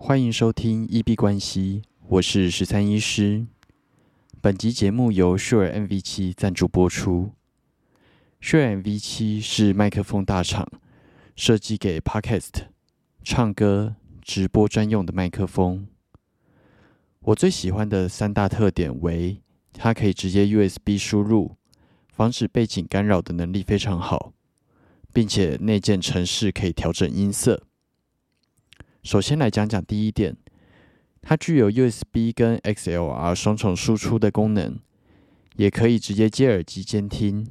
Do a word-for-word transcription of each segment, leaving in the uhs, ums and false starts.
欢迎收听E B 关系，我是十三医师。本集节目由 Shure M V 七 赞助播出。Shure M V 七 是麦克风大厂设计给 Podcast、唱歌、直播专用的麦克风。我最喜欢的三大特点为：它可以直接 U S B 输入，防止背景干扰的能力非常好，并且内建程式可以调整音色。首先来讲讲第一点，它具有 U S B 跟 X L R 双重输出的功能，也可以直接接耳机监听。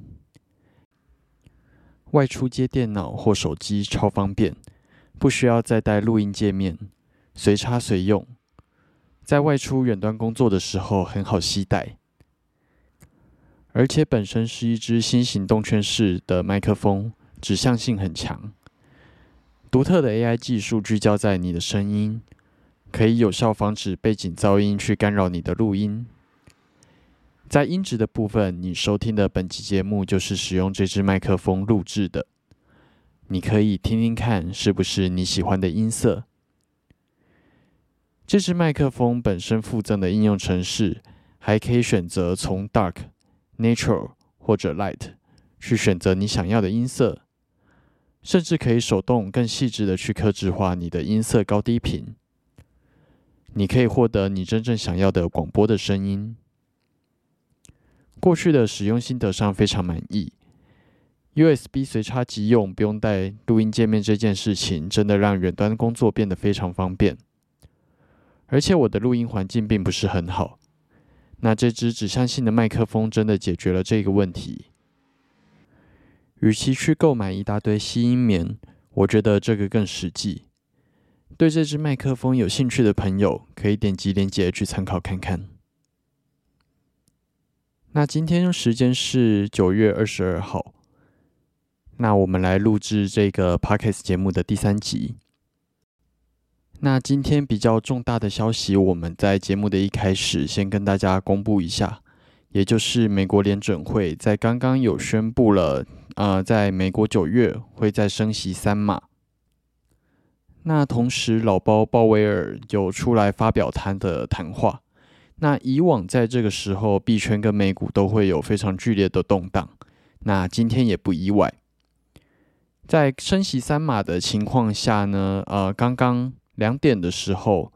外出接电脑或手机超方便，不需要再带录音界面，随插随用。在外出远端工作的时候很好携带。而且本身是一支新型动圈式的麦克风，指向性很强。独特的 A I 技术聚焦在你的声音，可以有效防止背景噪音去干扰你的录音。在音质的部分，你收听的本期节目就是使用这支麦克风录制的，你可以听听看是不是你喜欢的音色。这支麦克风本身附赠的应用程式，还可以选择从 Dark、Natural 或者 Light 去选择你想要的音色。甚至可以手动更细致的去客制化你的音色高低频，你可以获得你真正想要的广播的声音。过去的使用心得上非常满意 ，U S B 随插即用，不用带录音界面这件事情，真的让远端工作变得非常方便。而且我的录音环境并不是很好，那这支指向性的麦克风真的解决了这个问题。与其去购买一大堆吸音棉，我觉得这个更实际。对这支麦克风有兴趣的朋友，可以点击链接去参考看看。那今天时间是九月二十二号，那我们来录制这个 Podcast 节目的第三集。那今天比较重大的消息，我们在节目的一开始先跟大家公布一下，也就是美国联准会在刚刚有宣布了，呃，在美国九月会再升息三码。那同时，老包鲍威尔有出来发表他的谈话。那以往在这个时候，币圈跟美股都会有非常剧烈的动荡，那今天也不意外。在升息三码的情况下呢，呃，刚刚两点的时候，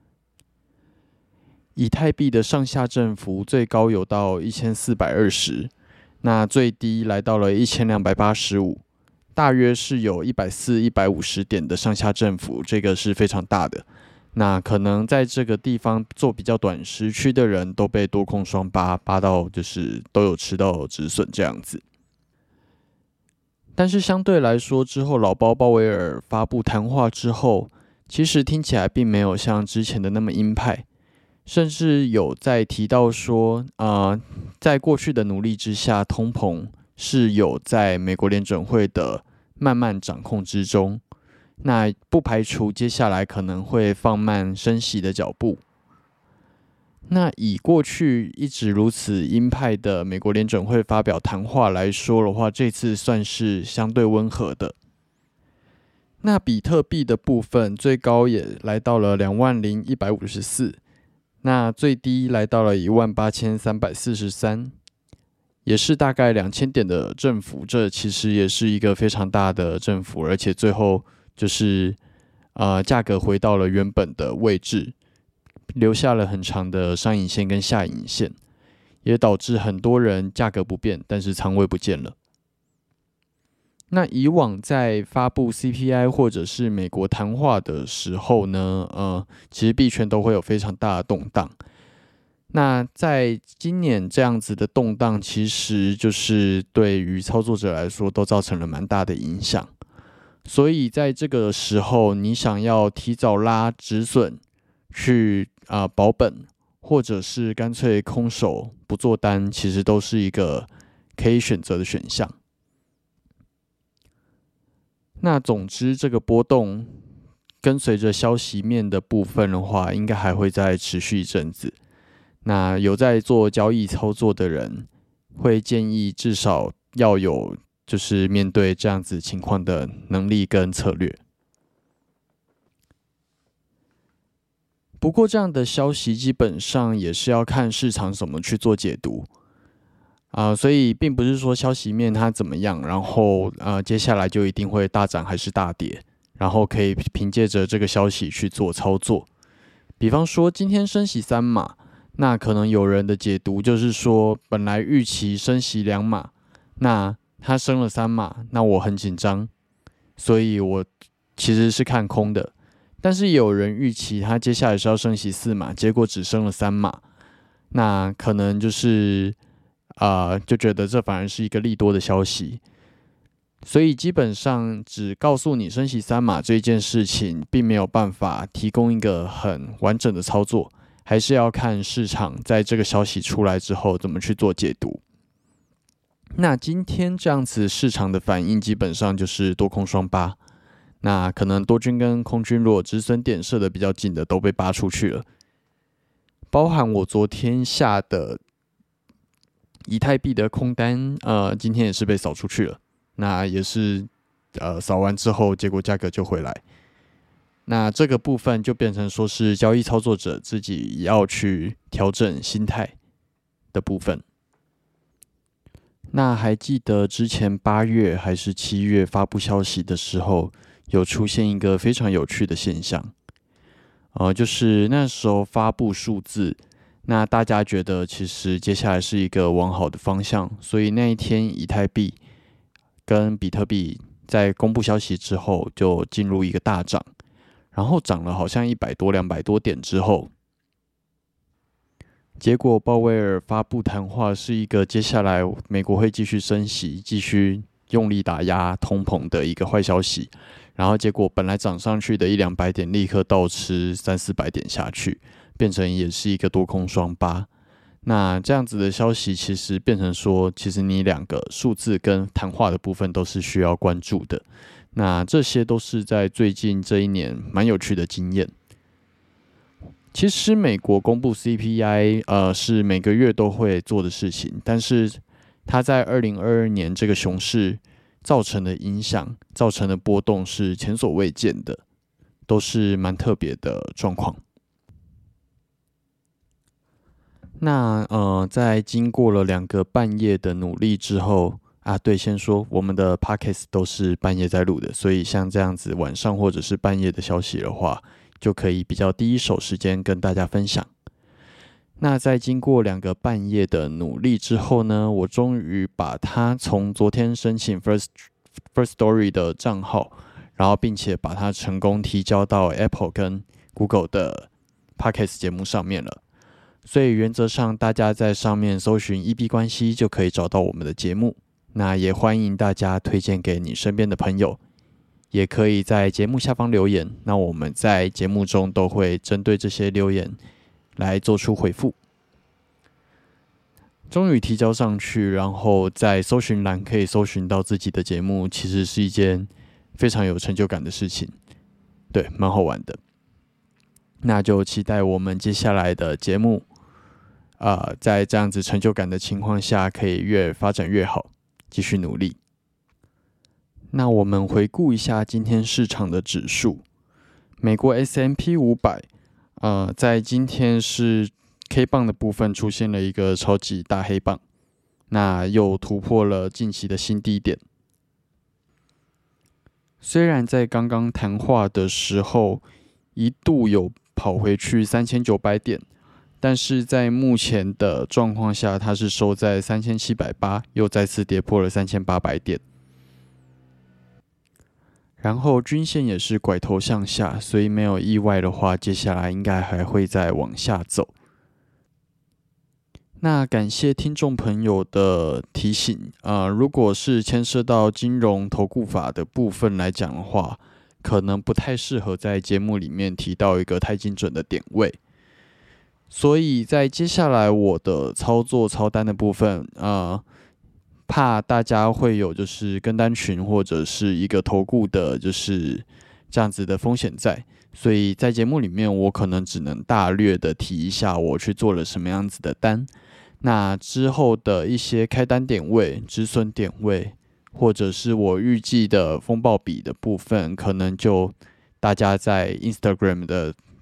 以太币的上下振幅最高有到一千四百二十，那最低来到了一千两百八十五，大约是有一百四十、一百五十点的上下振幅，这个是非常大的。那可能在这个地方做比较短时区的人都被多空双八八到，就是都有吃到止损这样子。但是相对来说，之后老包鲍威尔发布谈话之后，其实听起来并没有像之前的那么鹰派。甚至有在提到说，呃，在过去的努力之下，通膨是有在美国联准会的慢慢掌控之中。那不排除接下来可能会放慢升息的脚步。那以过去一直如此鹰派的美国联准会发表谈话来说的话，这次算是相对温和的。那比特币的部分最高也来到了两万零一百五十四。那最低来到了一万八千三百四十三，也是大概两千点的振幅，这其实也是一个非常大的振幅，而且最后就是呃价格回到了原本的位置，留下了很长的上影线跟下影线，也导致很多人价格不变，但是仓位不见了。那以往在发布 C P I 或者是美国谈话的时候呢，呃，其实币圈都会有非常大的动荡。那在今年这样子的动荡，其实就是对于操作者来说都造成了蛮大的影响。所以在这个时候，你想要提早拉止损去啊、呃、保本，或者是干脆空手不做单，其实都是一个可以选择的选项。那总之，这个波动跟随着消息面的部分的话，应该还会再持续一阵子。那有在做交易操作的人，会建议至少要有就是面对这样子情况的能力跟策略。 不过这样的消息基本上也是要看市场怎么去做解读啊、呃，所以并不是说消息面它怎么样，然后呃接下来就一定会大涨还是大跌，然后可以凭借着这个消息去做操作。比方说今天升息三码，那可能有人的解读就是说，本来预期升息两码，那它升了三码，那我很紧张，所以我其实是看空的。但是也有人预期它接下来是要升息四码，结果只升了三码，那可能就是啊、呃，就觉得这反而是一个利多的消息。所以基本上只告诉你升息三码这件事情，并没有办法提供一个很完整的操作，还是要看市场在这个消息出来之后怎么去做解读。那今天这样子市场的反应基本上就是多空双八，那可能多军跟空军如果止损点设的比较紧的都被扒出去了，包含我昨天下的以太币的空单，呃，今天也是被扫出去了。那也是，呃，扫完之后，结果价格就回来。那这个部分就变成说是交易操作者自己要去调整心态的部分。那还记得之前八月还是七月发布消息的时候，有出现一个非常有趣的现象，呃，就是那时候发布数字，那大家觉得其实接下来是一个往好的方向，所以那一天以太币跟比特币在公布消息之后就进入一个大涨，然后涨了好像一百多、两百多点之后，结果鲍威尔发布谈话是一个接下来美国会继续升息、继续用力打压通膨的一个坏消息，然后结果本来涨上去的一两百点立刻倒吃三四百点下去，变成也是一个多空双八。那这样子的消息其实变成说，其实你两个数字跟谈话的部分都是需要关注的。那这些都是在最近这一年蛮有趣的经验。其实美国公布 C P I， 呃，是每个月都会做的事情，但是它在二零二二年这个熊市造成的影响、造成的波动是前所未见的，都是蛮特别的状况。那呃，在经过了两个半夜的努力之后啊，对，先说我们的 podcast 都是半夜在录的，所以像这样子晚上或者是半夜的消息的话，就可以比较第一手时间跟大家分享。那在经过两个半夜的努力之后呢，我终于把它从昨天申请 First First Story 的账号，然后并且把它成功提交到 Apple 跟 Google 的 podcast 节目上面了。所以原则上，大家在上面搜寻E B关系就可以找到我们的节目。那也欢迎大家推荐给你身边的朋友，也可以在节目下方留言。那我们在节目中都会针对这些留言来做出回复。终于提交上去，然后在搜寻栏可以搜寻到自己的节目，其实是一件非常有成就感的事情，对，蛮好玩的。那就期待我们接下来的节目。呃，在这样子成就感的情况下，可以越发展越好，继续努力。那我们回顾一下今天市场的指数，美国 S and P 五百，呃，在今天是 K 棒的部分出现了一个超级大黑棒，那又突破了近期的新低点。虽然在刚刚谈话的时候，一度有跑回去三千九百点。但是在目前的状况下，它是收在三千七百八，又再次跌破了三千八百点。然后均线也是拐头向下，所以没有意外的话，接下来应该还会再往下走。那感谢听众朋友的提醒，呃，如果是牵涉到金融投顾法的部分来讲的话，可能不太适合在节目里面提到一个太精准的点位。所以在接下来我的操作操单的部分，呃，怕大家会有就是跟单群或者是一个投顾的，就是这样子的风险在，所以在节目里面我可能只能大略的提一下我去做了什么样子的单，那之后的一些开单点位、止损点位，或者是我预计的风暴比的部分，可能就大家在 Instagram 的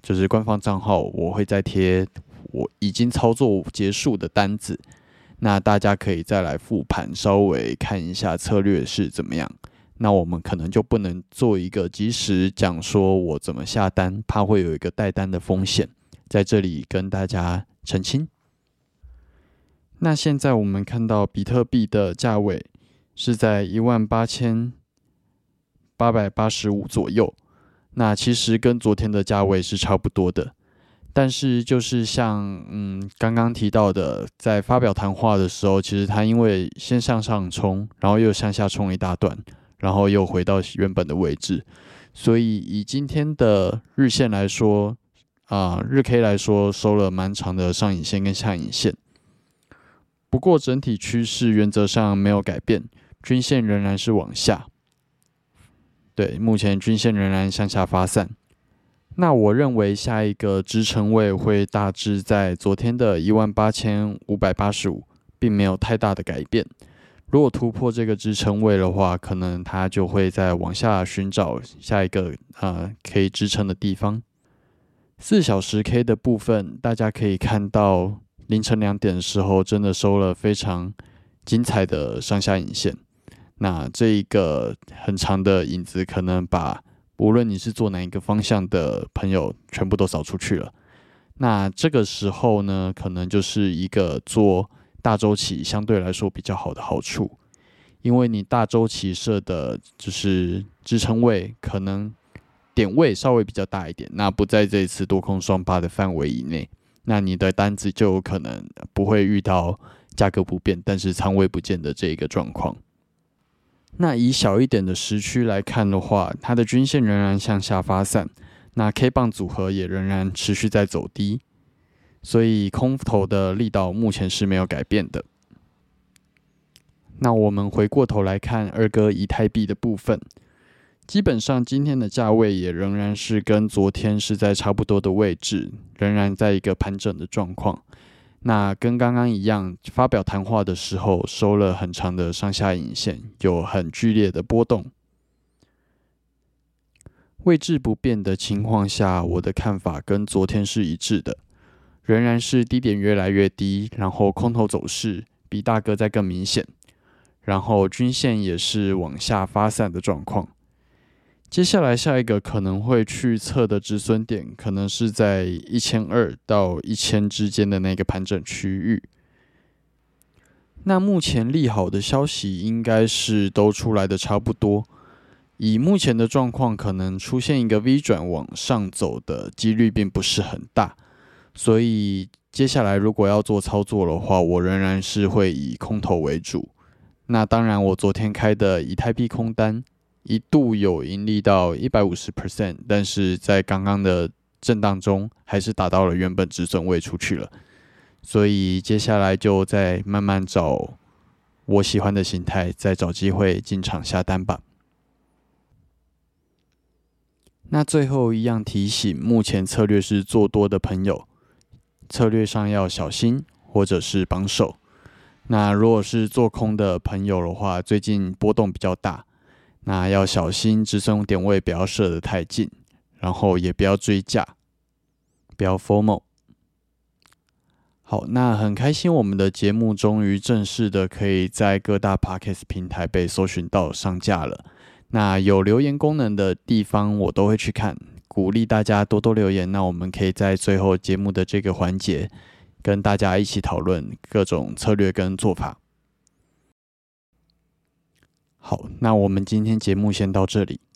就是官方账号，我会再贴我已经操作结束的单子，那大家可以再来复盘，稍微看一下策略是怎么样。那我们可能就不能做一个即时讲说我怎么下单，怕会有一个带单的风险，在这里跟大家澄清。那现在我们看到比特币的价位是在一万八千八百八十五左右，那其实跟昨天的价位是差不多的。但是就是像嗯刚刚提到的，在发表谈话的时候，其实他因为先向上冲，然后又向下冲一大段，然后又回到原本的位置，所以以今天的日线来说，啊、呃、日 K 来说收了蛮长的上影线跟下影线。不过整体趋势原则上没有改变，均线仍然是往下。对，目前均线仍然向下发散。那我认为下一个支撑位会大致在昨天的一万八千五百八十五，并没有太大的改变。如果突破这个支撑位的话，可能它就会再往下寻找下一个呃可以支撑的地方。四小时 K 的部分，大家可以看到凌晨两点的时候，真的收了非常精彩的上下影线。那这一个很长的影子，可能把无论你是做哪一个方向的朋友，全部都扫出去了。那这个时候呢，可能就是一个做大周期相对来说比较好的好处，因为你大周期设的就是支撑位，可能点位稍微比较大一点，那不在这一次多空双八的范围以内，那你的单子就有可能不会遇到价格不变，但是仓位不见的这一个状况。那以小一点的时区来看的话，它的均线仍然向下发散，那 K 棒组合也仍然持续在走低，所以空头的力道目前是没有改变的。那我们回过头来看二哥以太币的部分，基本上今天的价位也仍然是跟昨天是在差不多的位置，仍然在一个盘整的状况。那跟刚刚一样，发表谈话的时候收了很长的上下影线，有很剧烈的波动。位置不变的情况下，我的看法跟昨天是一致的，仍然是低点越来越低，然后空头走势比大哥再更明显，然后均线也是往下发散的状况。接下来下一个可能会去测的止损点，可能是在一千二到一千之间的那个盘整区域。那目前利好的消息应该是都出来的差不多，以目前的状况，可能出现一个 V 转往上走的几率并不是很大，所以接下来如果要做操作的话，我仍然是会以空头为主。那当然，我昨天开的以太币空单一度有盈利到 百分之一百五十， 但是在刚刚的震荡中还是达到了原本止损位出去了，所以接下来就再慢慢找我喜欢的形态，再找机会进场下单吧。那最后一样提醒，目前策略是做多的朋友，策略上要小心或者是绑手。那如果是做空的朋友的话，最近波动比较大，那要小心止损点位不要设得太近，然后也不要追价，不要 F O M O。 好，那很开心我们的节目终于正式的可以在各大 Podcast 平台被搜寻到上架了。那有留言功能的地方我都会去看，鼓励大家多多留言，那我们可以在最后节目的这个环节跟大家一起讨论各种策略跟做法。好，那我们今天节目先到这里。